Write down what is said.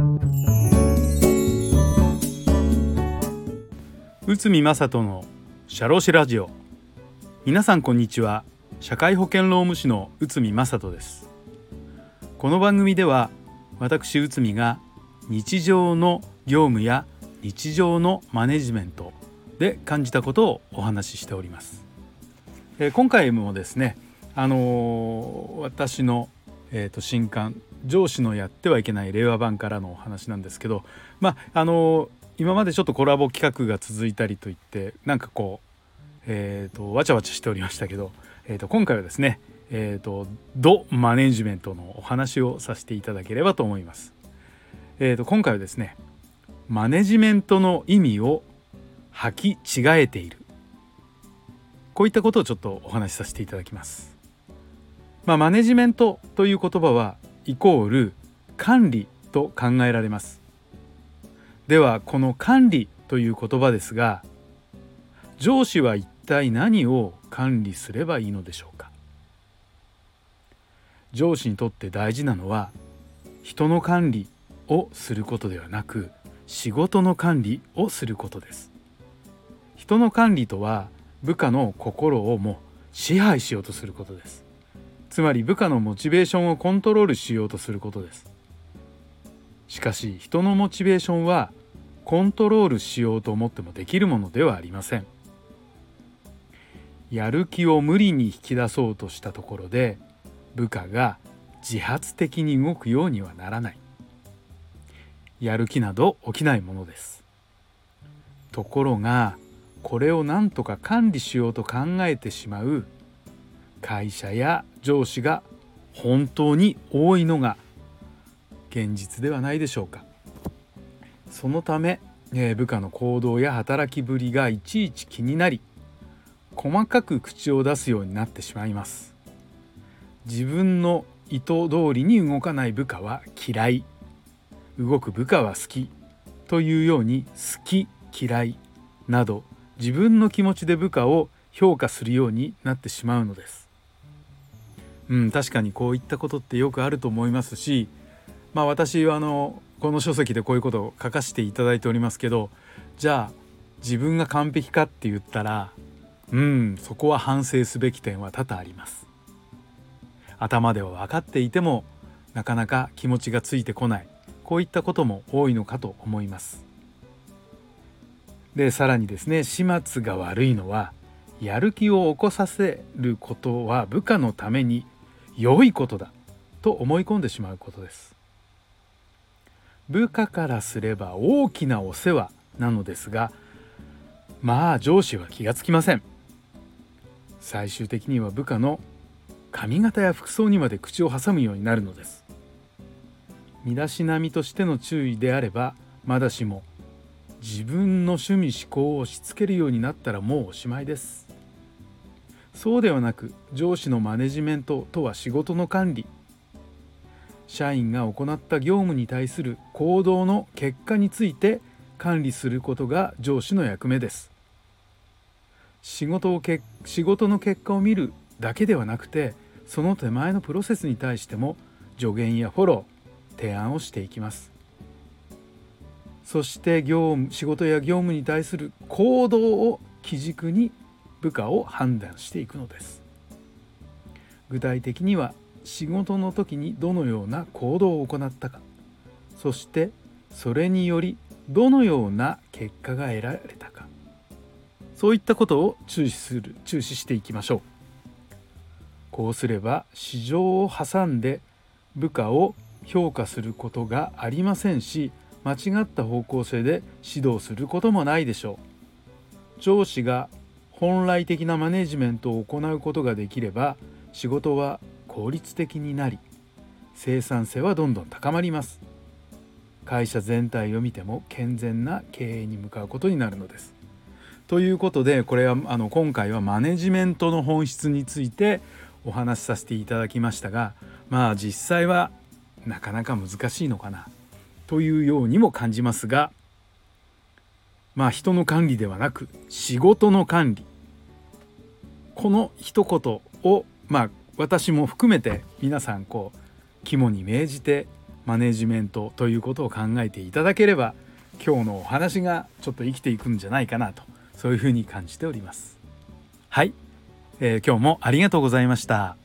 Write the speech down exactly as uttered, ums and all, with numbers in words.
内海正人の社労士ラジオ。皆さんこんにちは。社会保険労務士の内海正人です。この番組では私内海が日常の業務や日常のマネジメントで感じたことをお話ししております。えー、今回もですね、あのー、私の、えーと、新刊上司のやってはいけない令和版からのお話なんですけど、まああのー、今までちょっとコラボ企画が続いたりといってなんかこう、えーと、わちゃわちゃしておりましたけど、えーと、今回はですね、えーと、ドマネジメントのお話をさせていただければと思います。えーと、今回はですね、マネジメントの意味を履き違えている、こういったことをちょっとお話しさせていただきます。まあ、マネジメントという言葉はイコール管理と考えられます。ではこの管理という言葉ですが、上司は一体何を管理すればいいのでしょうか。上司にとって大事なのは人の管理をすることではなく、仕事の管理をすることです。人の管理とは部下の心をも支配しようとすることです。つまり部下のモチベーションをコントロールしようとすることです。しかし人のモチベーションはコントロールしようと思ってもできるものではありません。やる気を無理に引き出そうとしたところで部下が自発的に動くようにはならない。やる気など起きないものです。ところがこれを何とか管理しようと考えてしまう会社や上司が本当に多いのが現実ではないでしょうか。そのため、えー、部下の行動や働きぶりがいちいち気になり、細かく口を出すようになってしまいます。自分の意図通りに動かない部下は嫌い、動く部下は好きというように、好き嫌いなど自分の気持ちで部下を評価するようになってしまうのです。うん、確かにこういったことってよくあると思いますし、まあ私はあのこの書籍でこういうことを書かせていただいておりますけど、じゃあ自分が完璧かって言ったら、うんそこは反省すべき点は多々あります。頭では分かっていてもなかなか気持ちがついてこない、こういったことも多いのかと思います。でさらにですね、始末が悪いのはやる気を起こさせることは部下のために良いことだと思い込んでしまうことです。部下からすれば大きなお世話なのですが、まあ上司は気がつきません。最終的には部下の髪型や服装にまで口を挟むようになるのです。身だしなみとしての注意であればまだしも、自分の趣味思考を押し付けるようになったらもうおしまいです。そうではなく、上司のマネジメントとは仕事の管理、社員が行った業務に対する行動の結果について管理することが上司の役目です。仕事をけ仕事の結果を見るだけではなくて、その手前のプロセスに対しても助言やフォロー、提案をしていきます。そして業務仕事や業務に対する行動を基軸に部下を判断していくのです。具体的には仕事の時にどのような行動を行ったか、そしてそれによりどのような結果が得られたか、そういったことを注視する注視していきましょう。こうすれば市場を挟んで部下を評価することがありませんし、間違った方向性で指導することもないでしょう。上司が本来的なマネジメントを行うことができれば、仕事は効率的になり、生産性はどんどん高まります。会社全体を見ても健全な経営に向かうことになるのです。ということで、これはあの今回はマネジメントの本質についてお話しさせていただきましたが、まあ実際はなかなか難しいのかなというようにも感じますが、まあ人の管理ではなく仕事の管理、この一言をまあ私も含めて皆さんこう肝に銘じてマネジメントということを考えていただければ、今日のお話がちょっと生きていくんじゃないかなと、そういうふうに感じております。はい、えー、今日もありがとうございました。